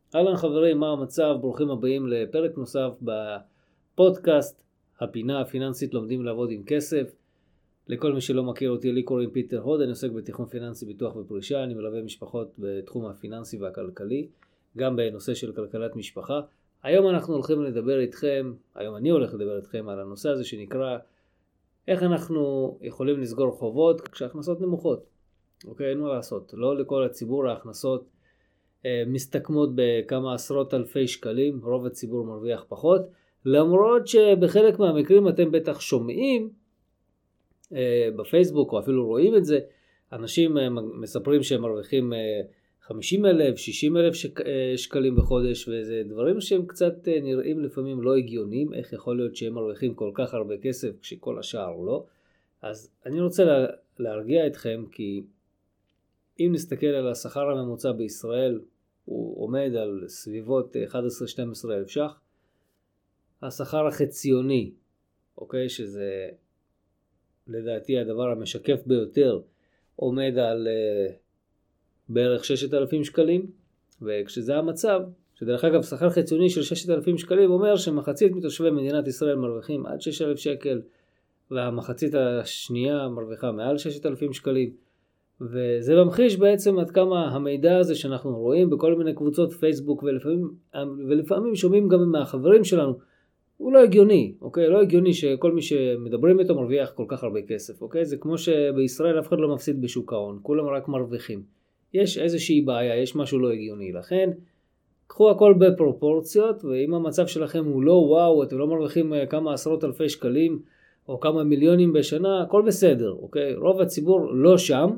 אהלן חברים, מה המצב? ברוכים הבאים לפרק נוסף בפודקאסט הפינה הפיננסית לומדים לעבוד עם כסף. לכל מי שלא מכיר אותי, לי קוראים פיטר הוד, אני עוסק בתכנון פיננסי, ביטוח ופרישה, אני מלווה משפחות בתחום הפיננסי והכלכלי, גם בנושא של כלכלת משפחה. היום אני הולך לדבר איתכם על הנושא הזה שנקרא איך אנחנו יכולים לסגור חובות כשההכנסות נמוכות. אוקיי, אין מה לעשות, לא לכל הציבור ההכנסות מסתכמות בכמה עשרות אלפי שקלים, רוב הציבור מרוויח פחות, למרות שבחלק מהמקרים אתם בטח שומעים בפייסבוק או אפילו רואים את זה, אנשים מספרים שהם מרוויחים 50,000, 60,000 שקלים בחודש, וזה דברים שהם קצת נראים לפעמים לא הגיוניים, איך יכול להיות שהם מרוויחים כל כך הרבה כסף כשכל השאר לא. אז אני רוצה להרגיע אתכם, כי אם נסתכל על השכר הממוצע בישראל, הוא עומד על סביבות 11-12 אלף ש"ח. השכר החציוני, אוקיי, שזה לדעתי הדבר המשקף ביותר, עומד על בערך 6,000 שקלים. וכשזה המצב, שדרך אגב שכר חציוני של 6,000 שקלים אומר שמחצית מתושבי מדינת ישראל מרוויחים עד 6,000 שקל, והמחצית השנייה מרוויחה מעל 6,000 שקלים. וזה ממחיש בעצם עד כמה המידע הזה שאנחנו רואים בכל מיני קבוצות פייסבוק, ולפעמים שומעים גם מהחברים שלנו, הוא לא הגיוני, אוקיי? לא הגיוני שכל מי שמדברים איתו מרוויח כל כך הרבה כסף, אוקיי? זה כמו שבישראל אף אחד לא מפסיד בשוק ההון, כולם רק מרוויחים. יש איזושהי בעיה, יש משהו לא הגיוני, לכן קחו הכל בפרופורציות, ואם המצב שלכם הוא לא וואו, אתם לא מרוויחים כמה עשרות אלפי שקלים או כמה מיליונים בשנה, הכל בסדר, אוקיי? רוב הציבור לא שם,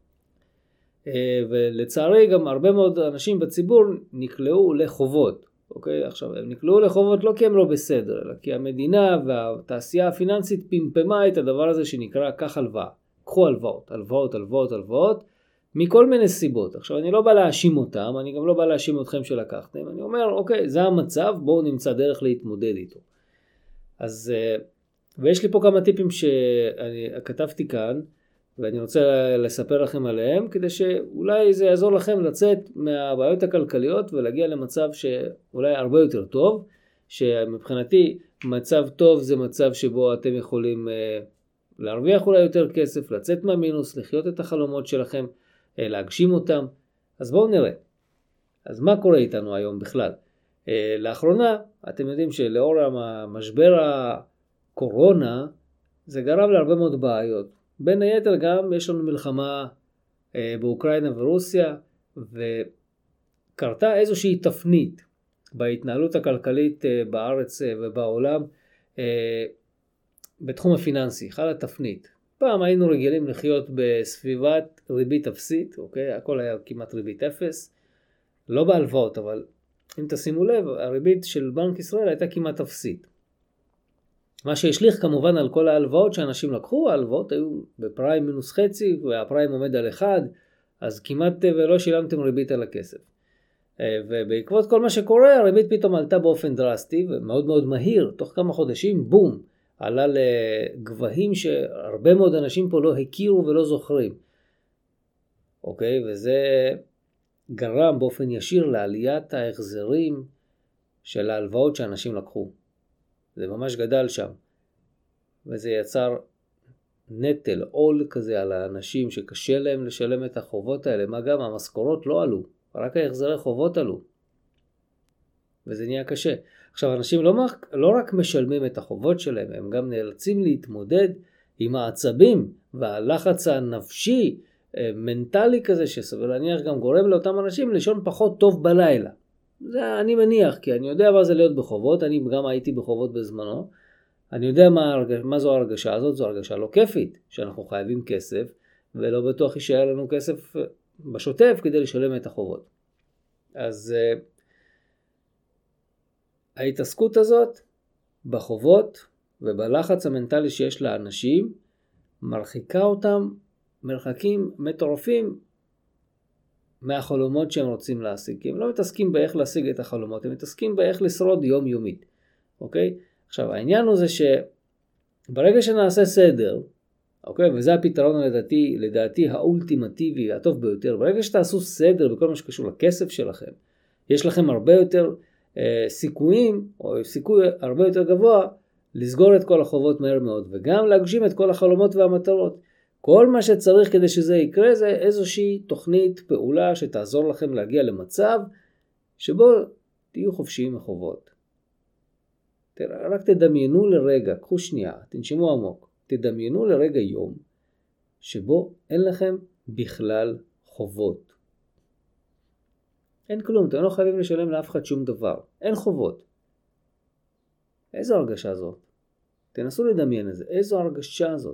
ולצערי גם הרבה מאוד אנשים בציבור נקלעו לחובות, אוקיי? עכשיו, הם נקלעו לחובות לא כי הם לא בסדר, אלא כי המדינה והתעשייה הפיננסית פמפמה את הדבר הזה שנקרא כך הלוואה. קחו הלוואות, מכל מיני סיבות. עכשיו, אני לא בא להאשים אותם, אני גם לא בא להאשים אתכם שלקחתם, אני אומר, אוקיי, זה המצב, בואו נמצא דרך להתמודד איתו. אז, ויש לי פה כמה טיפים שאני כתבתי כאן, ואני רוצה לספר לכם עליהם, כדי שאולי זה יעזור לכם לצאת מהבעיות הכלכליות, ולהגיע למצב שאולי הרבה יותר טוב, שמבחינתי מצב טוב זה מצב שבו אתם יכולים להרוויח אולי יותר כסף, לצאת מהמינוס, לחיות את החלומות שלכם, להגשים אותם. אז בואו נראה. אז מה קורה איתנו היום בכלל? לאחרונה, אתם יודעים שלאור משבר הקורונה, זה גרם להרבה מאוד בעיות. בין היתר גם יש לנו מלחמה באוקראינה ורוסיה, וקרתה איזושהי תפנית בהתנהלות הכלכלית בארץ ובעולם בתחום הפיננסי. חלה תפנית. פעם היינו רגילים לחיות בסביבת ריבית אפסית, אוקיי? הכל היה כמעט ריבית אפס, לא בהלוואות, אבל אם תשימו לב, הריבית של בנק ישראל הייתה כמעט אפסית. מה שהשליך כמובן על כל ההלוואות שאנשים לקחו, ההלוואות היו בפריים מינוס חצי, והפריים עומד על 1, אז כמעט ולא שילמתם ריבית על הכסף. ובעקבות כל מה שקורה, הריבית פתאום עלתה באופן דרסטי, ומאוד מאוד מהיר, תוך כמה חודשים, בום, עלה לגבהים שהרבה מאוד אנשים פה לא הכירו ולא זוכרים. אוקיי, וזה גרם באופן ישיר לעליית ההחזרים של ההלוואות שאנשים לקחו. זה ממש גדל שם, וזה יצר נטל, עול כזה על האנשים שקשה להם לשלם את החובות האלה. מה גם, המשכורות לא עלו, רק ההחזרי חובות עלו, וזה נהיה קשה. עכשיו, אנשים לא רק משלמים את החובות שלהם, הם גם נאלצים להתמודד עם העצבים והלחץ הנפשי, מנטלי כזה, שסביר להניח גם גורם לאותם אנשים לישון פחות טוב בלילה. זה אני מניח, כי אני יודע מה זה להיות בחובות, אני גם הייתי בחובות בזמנו, אני יודע מה זו הרגשה הזאת, זו הרגשה לא כיפית, שאנחנו חייבים כסף, ולא בטוח יישאר לנו כסף בשוטף כדי לשלם את החובות. אז ההתעסקות הזאת בחובות ובלחץ המנטלי שיש לאנשים, מרחיקה אותם מרחקים מטורפים מהחלומות שהם רוצים להשיג. כי הם לא מתעסקים באיך להשיג את החלומות, הם מתעסקים באיך לשרוד יום יומית. אוקיי? עכשיו, העניין הוא זה שברגע שנעשה סדר, אוקיי? וזה הפתרון לדעתי האולטימטיבי, הטוב ביותר. ברגע שתעשו סדר בכל מה שקשור לכסף שלכם, יש לכם הרבה יותר סיכויים, או סיכוי הרבה יותר גבוה, לסגור את כל החובות מהר מאוד, וגם להגשים את כל החלומות והמטרות. כל מה שצריך כדי שזה יקרה זה איזושהי תוכנית פעולה שתעזור לכם להגיע למצב שבו תהיו חופשיים מחובות. רק תדמיינו לרגע, קחו שנייה, תנשמו עמוק, תדמיינו לרגע יום שבו אין לכם בכלל חובות. אין כלום, אתם לא חייבים לשלם לאף אחד שום דבר, אין חובות. איזו הרגשה זאת? תנסו לדמיין את זה, איזו הרגשה זאת?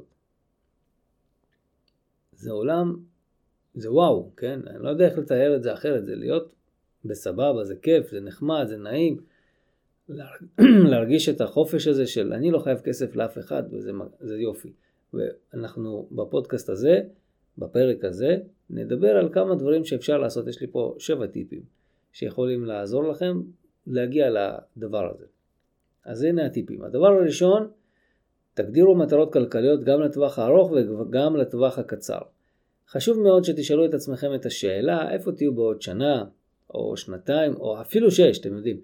זה עולם, זה וואו, כן? אני לא יודע איך לתאר את זה אחרת, זה להיות בסבבה, זה כיף, זה נחמד, זה נעים. להרגיש את החופש הזה של אני לא חייב כסף לאף אחד, וזה יופי. ואנחנו בפודקאסט הזה, בפרק הזה, נדבר על כמה דברים שאפשר לעשות. יש לי פה 7 טיפים שיכולים לעזור לכם להגיע לדבר הזה. אז הנה הטיפים. הדבר הראשון, תגדירו מטרות כלכליות גם לטווח הארוך וגם לטווח הקצר. חשוב מאוד שתשאלו את עצמכם את השאלה, איפה תהיו בעוד שנה, או שנתיים, או אפילו 6, אתם יודעים.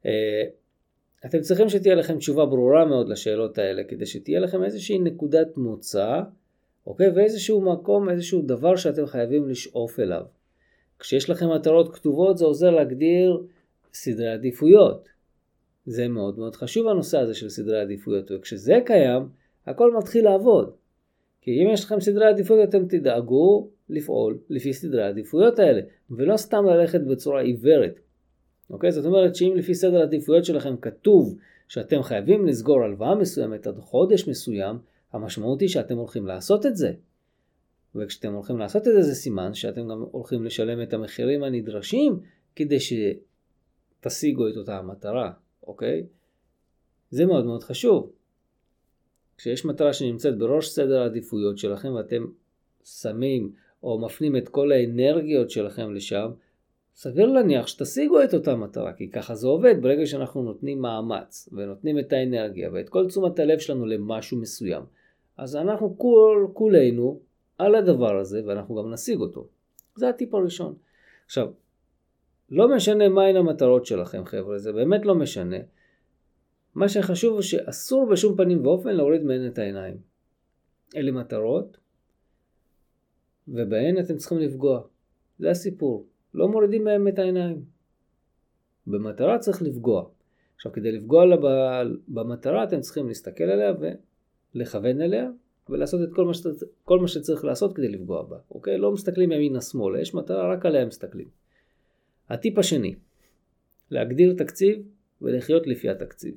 אתם צריכים שתהיה לכם תשובה ברורה מאוד לשאלות האלה, כדי שתהיה לכם איזושהי נקודת מוצא, אוקיי? ואיזשהו מקום, איזשהו דבר שאתם חייבים לשאוף אליו. כשיש לכם מטרות כתובות, זה עוזר להגדיר סדרי עדיפויות. זה מאוד מאוד חשוב הנושא הזה של סדרי עדיפויות, וכשזה קיים, הכל מתחיל לעבוד. כי אם יש לכם סדרי עדיפויות, אתם תדאגו לפעול לפי סדרי העדיפויות האלה, ולא סתם ללכת בצורה עיוורת. אוקיי? זאת אומרת שאם לפי סדר העדיפויות שלכם כתוב שאתם חייבים לסגור הלוואה מסוימת עד חודש מסוים, המשמעות היא שאתם הולכים לעשות את זה. וכשאתם הולכים לעשות את זה, זה סימן שאתם גם הולכים לשלם את המחירים הנדרשים כדי שתשיגו את אותה המטרה. אוקיי? זה מאוד מאוד חשוב. כשיש מטרה שנמצאת בראש סדר העדיפויות שלכם ואתם שמים או מפנים את כל האנרגיות שלכם לשם, סביר להניח שתשיגו את אותה מטרה, כי ככה זה עובד. ברגע שאנחנו נותנים מאמץ ונותנים את האנרגיה ואת כל תשומת הלב שלנו למשהו מסוים, אז אנחנו כולנו על הדבר הזה ואנחנו גם נשיג אותו. זה הטיפ הראשון. עכשיו, לא משנה מהן המטרות שלכם, חבר'ה, זה באמת לא משנה. מה שחשוב הוא שאסור בשום פנים ואופן להוריד מהן את העיניים. אלה מטרות, ובהן אתם צריכים לפגוע. זה הסיפור. לא מורידים מהם את העיניים. במטרה צריך לפגוע. עכשיו, כדי לפגוע במטרה, אתם צריכים להסתכל עליה ולכוון אליה, ולעשות את כל מה שצריך לעשות כדי לפגוע בה. אוקיי? לא מסתכלים ימינה שמאלה, יש מטרה, רק עליה מסתכלים. הטיפ השני, להגדיר תקציב ולחיות לפי התקציב.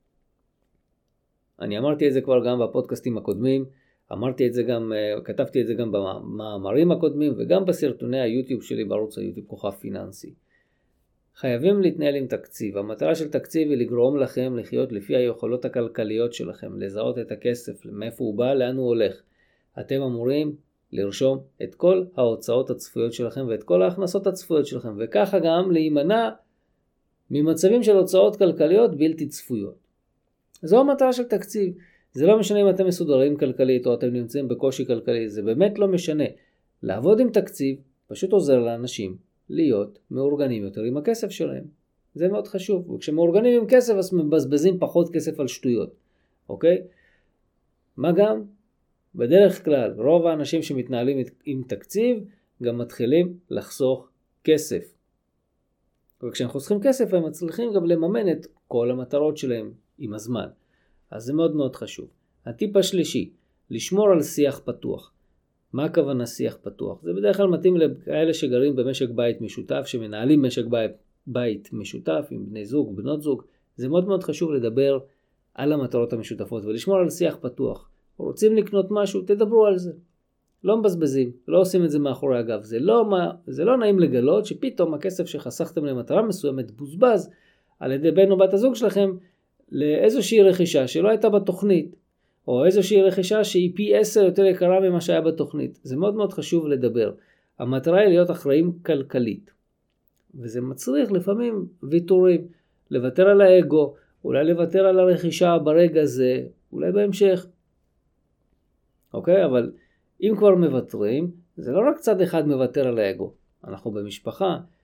אני אמרתי את זה כבר גם בפודקאסטים הקודמים, אמרתי את זה גם, כתבתי את זה גם במאמרים הקודמים, וגם בסרטוני היוטיוב שלי בערוץ היוטיוב כוכב פיננסי. חייבים להתנהל עם תקציב. המטרה של תקציב היא לגרום לכם לחיות לפי היכולות הכלכליות שלכם, לזהות את הכסף, מאיפה הוא בא, לאן הוא הולך. אתם אמורים לרשום את כל ההוצאות הצפויות שלכם ואת כל ההכנסות הצפויות שלכם, וככה גם להימנע ממצבים של הוצאות כלכליות בלתי צפויות. זו המטרה של תקציב. זה לא משנה אם אתם מסודרים כלכלית או אתם נמצאים בקושי כלכלי, זה באמת לא משנה. לעבוד עם תקציב פשוט עוזר לאנשים להיות מאורגנים יותר עם הכסף שלהם. זה מאוד חשוב. וכשמאורגנים עם כסף אז מבזבזים פחות כסף על שטויות. אוקיי? מה גם? בדרך כלל רוב האנשים שמתנהלים עם תקציב גם מתחילים לחסוך כסף. וכשהם חוסכים כסף הם מצליחים גם לממן את כל המטרות שלהם עם הזמן. אז זה מאוד מאוד חשוב. הטיפ השלישי, לשמור על שיח פתוח. מה הכוונה שיח פתוח? זה בדרך כלל מתאים לכאלה שגרים במשק בית משותף, שמנהלים משק בית משותף עם בני זוג, בנות זוג. זה מאוד מאוד חשוב לדבר על המטרות המשותפות ולשמור על שיח פתוח. רוצים לקנות משהו, תדברו על זה. לא מבזבזים, לא עושים את זה מאחורי הגב. זה לא נעים לגלות שפתאום הכסף שחסכתם למטרה מסוימת בוזבז על ידי בן או בת הזוג שלכם לאיזושהי רכישה שלא הייתה בתוכנית, או איזושהי רכישה שהיא פי 10 יותר יקרה ממה שהיה בתוכנית. זה מאוד מאוד חשוב לדבר. המטרה היא להיות אחראים כלכלית. וזה מצריך לפעמים ויתורים, לוותר על האגו, אולי לוותר על הרכישה ברגע זה, אולי בהמשך. אוקיי? אבל אם כבר מוותרים, זה לא רק צד אחד מוותר על האגו. אנחנו במשפחה,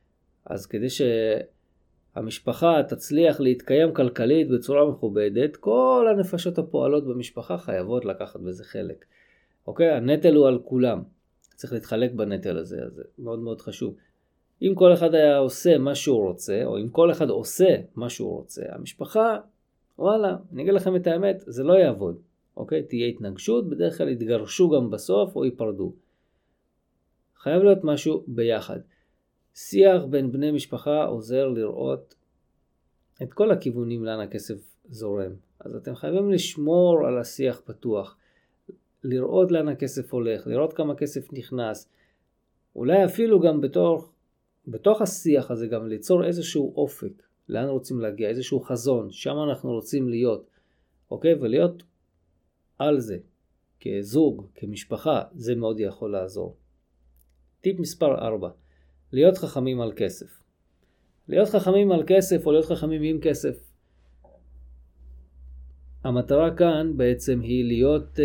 אז כדי שהמשפחה תצליח להתקיים כלכלית בצורה מכובדת, כל הנפשות הפועלות במשפחה חייבות לקחת בזה חלק. אוקיי? הנטל הוא על כולם. צריך להתחלק בנטל הזה, אז זה מאוד מאוד חשוב. אם כל אחד היה עושה מה שהוא רוצה, או אם כל אחד עושה מה שהוא רוצה, המשפחה, וואלה, אני אגיד לכם את האמת, זה לא יעבוד. אוקיי? תהיה התנגשות, בדרך כלל יתגרשו גם בסוף או ייפרדו. חייב להיות משהו ביחד. שיח בין בני משפחה עוזר לראות את כל הכיוונים לאן הכסף זורם. אז אתם חייבים לשמור על השיח פתוח. לראות לאן הכסף הולך, לראות כמה כסף נכנס. אולי אפילו גם בתוך השיח הזה גם ליצור איזשהו אופק. לאן רוצים להגיע, איזשהו חזון, שם אנחנו רוצים להיות. אוקיי? ולהיות על זה. כזוג, כמשפחה, זה מאוד יכול לעזור. טיפ מספר 4. להיות חכמים על כסף. להיות חכמים על כסף או להיות חכמים עם כסף. המטרה כאן בעצם היא להיות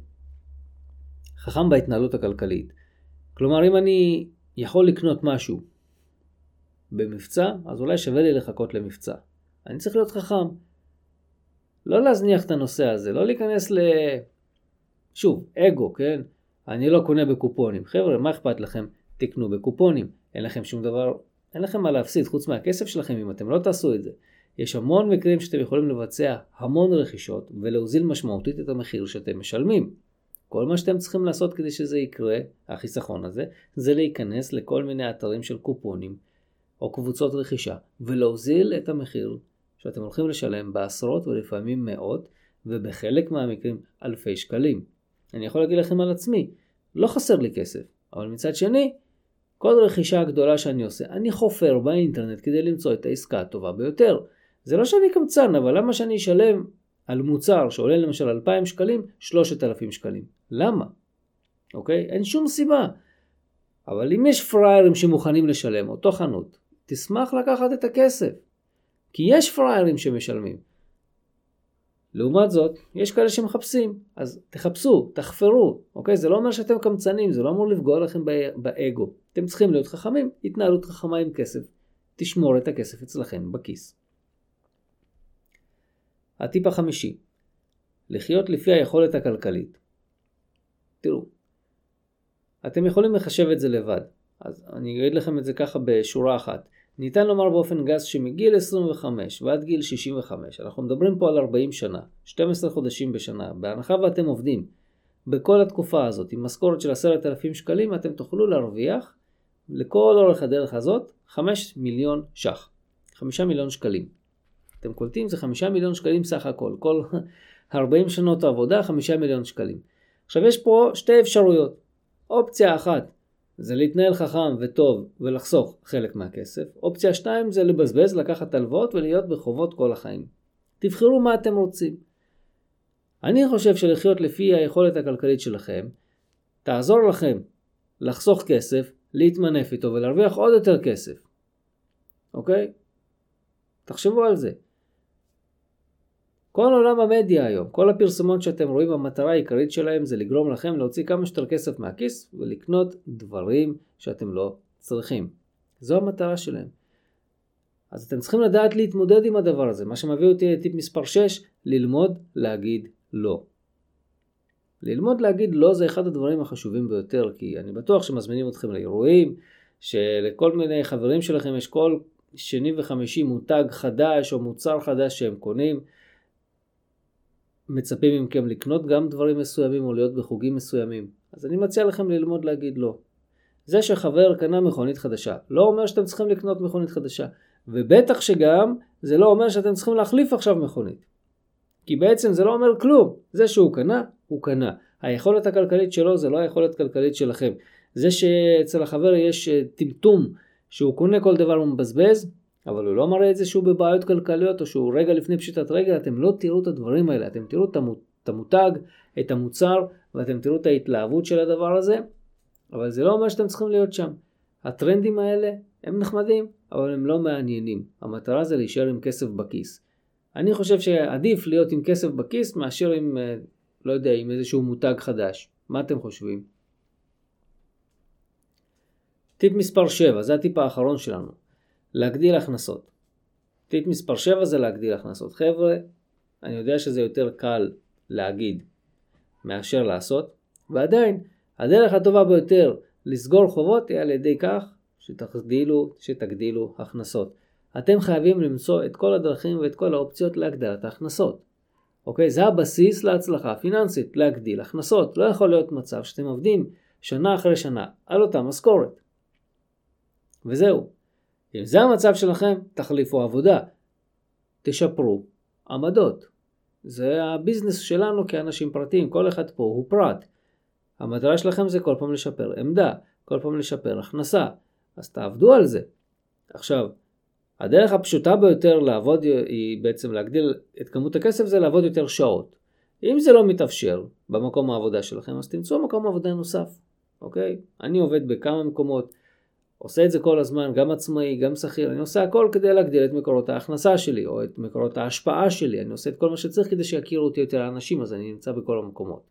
חכם בהתנהלות הכלכלית. כלומר, אם אני יכול לקנות משהו במבצע, אז אולי שווה לי לחכות למבצע. אני צריך להיות חכם. לא להזניח את הנושא הזה, לא להיכנס שוב, אגו, כן? אני לא קונה בקופונים. חבר'ה, מה אכפת לכם? תקנו בקופונים. אין לכם שום דבר, אין לכם מה להפסיד חוץ מהכסף שלכם אם אתם לא תעשו את זה. יש המון מקרים שאתם יכולים לבצע המון רכישות ולהוזיל משמעותית את המחיר שאתם משלמים. כל מה שאתם צריכים לעשות כדי שזה יקרה, החיסכון הזה, זה להיכנס לכל מיני אתרים של קופונים או קבוצות רכישה ולהוזיל את המחיר שאתם הולכים לשלם בעשרות ולפעמים מאות ובחלק מהמקרים אלפי שקלים. אני יכול להגיד לכם על עצמי, לא חסר לי כסף, אבל מצד שני, כל רכישה גדולה שאני עושה, אני חופר באינטרנט כדי למצוא את העסקה הטובה ביותר. זה לא שאני קמצן, אבל למה שאני אשלם על מוצר שעולה למשל 2,000 שקלים, 3,000 שקלים? למה? אוקיי? אין שום סיבה. אבל אם יש פריירים שמוכנים לשלם, אותו חנות, תשמח לקחת את הכסף. כי יש פריירים שמשלמים. לעומת זאת, יש כאלה שמחפשים, אז תחפשו, תחפרו, אוקיי? זה לא אומר שאתם קמצנים, זה לא אמור לפגוע לכם באגו. אתם צריכים להיות חכמים, התנהלות חכמה עם כסף. תשמור את הכסף אצלכם בכיס. הטיפ החמישי, לחיות לפי היכולת הכלכלית. תראו, אתם יכולים לחשב את זה לבד, אז אני אגיד לכם את זה ככה בשורה אחת. ניתן לומר באופן גס שמגיל 25 ועד גיל 65, אנחנו מדברים פה על 40 שנה, 12 חודשים בשנה, בהנחה ואתם עובדים בכל התקופה הזאת, עם משכורת של 10,000 שקלים, אתם תוכלו להרוויח לכל אורך הדרך הזאת 5 מיליון ש"ח, 5 מיליון שקלים. אתם קולטים, זה 5 מיליון שקלים סך הכל, כל 40 שנות העבודה 5 מיליון שקלים. עכשיו יש פה שתי אפשרויות, אופציה אחת, זה להתנהל חכם וטוב ולחסוך חלק מהכסף. אופציה 2 זה לבזבז, לקחת הלוואות ולהיות בחובות כל החיים. תבחרו מה אתם רוצים. אני חושב שלחיות לפי היכולת הכלכלית שלכם, תעזור לכם לחסוך כסף, להתמנף איתו ולהרוויח עוד יותר כסף. אוקיי? תחשבו על זה. כל עולם המדיה היום, כל הפרסומות שאתם רואים, המטרה העיקרית שלהם זה לגרום לכם להוציא כמה שיותר כסף מהכיס ולקנות דברים שאתם לא צריכים. זו המטרה שלהם. אז אתם צריכים לדעת להתמודד עם הדבר הזה. מה שמביא אותי לטיפ מספר 6, ללמוד להגיד לא. ללמוד להגיד לא זה אחד הדברים החשובים ביותר, כי אני בטוח שמזמינים אתכם לאירועים, שלכל מיני חברים שלכם יש כל שני וחמישי מותג חדש או מוצר חדש שהם קונים, מצפים מכם לקנות גם דברים מסוימים או להיות בחוגים מסוימים. אז אני מציע לכם ללמוד להגיד לא. זה שחבר קנה מכונית חדשה, לא אומר שאתם צריכים לקנות מכונית חדשה. ובטח שגם זה לא אומר שאתם צריכים להחליף עכשיו מכונית. כי בעצם זה לא אומר כלום. זה שהוא קנה, הוא קנה. היכולת הכלכלית שלו זה לא היכולת הכלכלית שלכם. זה שאצל החבר יש טמטום שהוא קונה כל דבר ומבזבז, אבל הוא לא מראה את זה שהוא בבעיות כלכליות או שהוא רגע לפני פשיטת רגל, אתם לא תראו את הדברים האלה, אתם תראו את המותג, את המוצר, ואתם תראו את ההתלהבות של הדבר הזה, אבל זה לא אומר שאתם צריכים להיות שם. הטרנדים האלה הם נחמדים, אבל הם לא מעניינים. המטרה זה להישאר עם כסף בכיס. אני חושב שעדיף להיות עם כסף בכיס מאשר עם, לא יודע, עם איזשהו מותג חדש. מה אתם חושבים? טיפ מספר 7, זה הטיפ האחרון שלנו. להגדיל הכנסות. טיפ מספר 7 זה להגדיל הכנסות. חבר'ה, אני יודע שזה יותר קל להגיד מאשר לעשות, ועדיין הדרך הטובה ביותר לסגור חובות היא על ידי כך שתגדילו הכנסות. אתם חייבים למצוא את כל הדרכים ואת כל האופציות להגדלת ההכנסות. אוקיי? זה הבסיס להצלחה פיננסית, להגדיל הכנסות. לא יכול להיות מצב שאתם עובדים שנה אחרי שנה על אותה משכורת. וזהו. אם זה המצב שלכם, תחליפו עבודה. תשפרו עמדות. זה הביזנס שלנו כאנשים פרטיים. כל אחד פה הוא פרט. המטרה שלכם זה כל פעם לשפר עמדה, כל פעם לשפר הכנסה. אז תעבדו על זה. עכשיו, הדרך הפשוטה ביותר לעבוד היא בעצם להגדיל את כמות הכסף, זה לעבוד יותר שעות. אם זה לא מתאפשר במקום העבודה שלכם, אז תמצאו מקום עבודה נוסף. אוקיי? אני עובד בכמה מקומות, עושה את זה כל הזמן, גם עצמאי, גם שכיר. אני עושה הכל כדי להגדיל את מקורות ההכנסה שלי, או את מקורות ההשפעה שלי. אני עושה את כל מה שצריך כדי שיכירו אותי יותר האנשים, אז אני נמצא בכל המקומות.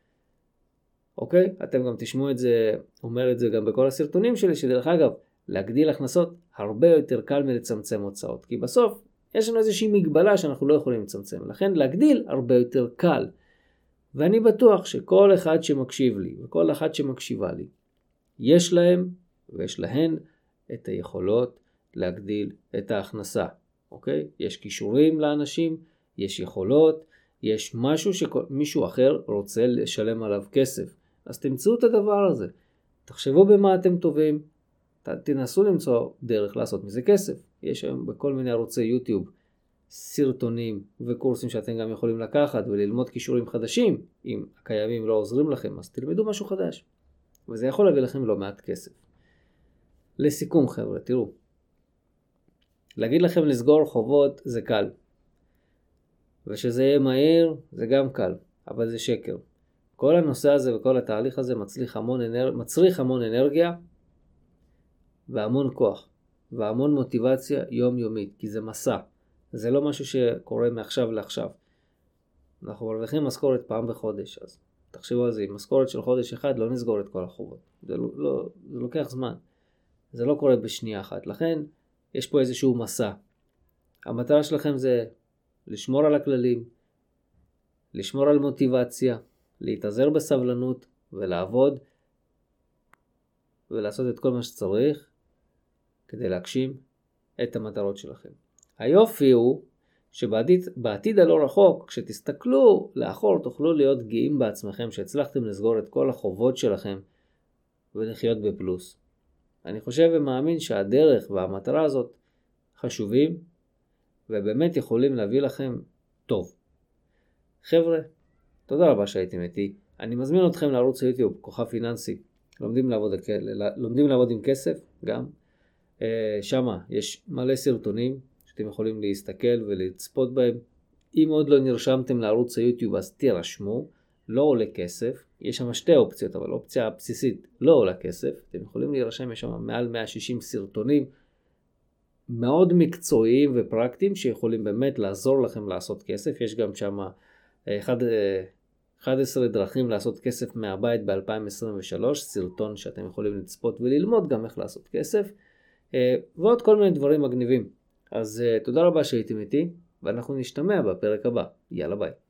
אוקיי? אתם גם תשמעו את זה, אומר את זה גם בכל הסרטונים שלי, שדרך אגב, להגדיל הכנסות הרבה יותר קל מלצמצם הוצאות. כי בסוף יש לנו איזושהי מגבלה שאנחנו לא יכולים לצמצם. לכן להגדיל הרבה יותר קל. ואני בטוח שכל אחד שמקשיב לי, וכל אחד שמקשיבה לי, יש להם ויש להן את היכולות להגדיל את ההכנסה. אוקיי? יש כישורים לאנשים, יש יכולות, יש משהו שמישהו אחר רוצה לשלם עליו כסף. אז תמצאו את הדבר הזה. תחשבו במה אתם טובים. תנסו למצוא דרך לעשות מזה כסף. יש היום בכל מיני ערוצי יוטיוב סרטונים וקורסים שאתם גם יכולים לקחת וללמוד כישורים חדשים. אם הקיימים לא עוזרים לכם, אז תלמדו משהו חדש. וזה יכול להביא לכם לא מעט כסף. לסיכום חבר'ה, תראו. להגיד לכם לסגור חובות זה קל. ושזה יהיה מהיר זה גם קל. אבל זה שקר. כל הנושא הזה וכל התהליך הזה מצריך המון אנרגיה והמון כוח והמון מוטיבציה יומיומית, כי זה מסע. זה לא משהו שקורה מעכשיו לעכשיו. אנחנו מרוויחים משכורת פעם בחודש, אז תחשבו על זה, עם משכורת של חודש אחד לא נסגור את כל החובות. זה לוקח זמן. זה לא קורה בשנייה אחת. לכן יש פה איזשהו מסע. המטרה שלכם זה לשמור על הכללים, לשמור על מוטיבציה, להתאזר בסבלנות ולעבוד ולעשות את כל מה שצריך כדי להגשים את המטרות שלכם. היופי הוא שבעתיד הלא רחוק, כשתסתכלו לאחור, תוכלו להיות גאים בעצמכם שהצלחתם לסגור את כל החובות שלכם ולחיות בפלוס. אני חושב ומאמין שהדרך והמטרה הזאת חשובים ובאמת יכולים להביא לכם טוב. חבר'ה, תודה רבה שהייתם איתי. אני מזמין אתכם לערוץ היוטיוב, כוכב פיננסי. לומדים לעבוד עם כסף גם. שמה יש מלא סרטונים שאתם יכולים להסתכל ולצפות בהם. אם עוד לא נרשמתם לערוץ היוטיוב אז תירשמו. לא עולה כסף. יש שם שתי אופציות, אבל האופציה הבסיסית לא עולה כסף. אתם יכולים להירשם, יש שם מעל 160 סרטונים מאוד מקצועיים ופרקטיים שיכולים באמת לעזור לכם לעשות כסף. יש גם שם 11 דרכים לעשות כסף מהבית ב-2023, סרטון שאתם יכולים לצפות וללמוד גם איך לעשות כסף, ועוד כל מיני דברים מגניבים. אז תודה רבה שהייתם איתי, ואנחנו נשתמע בפרק הבא. יאללה ביי.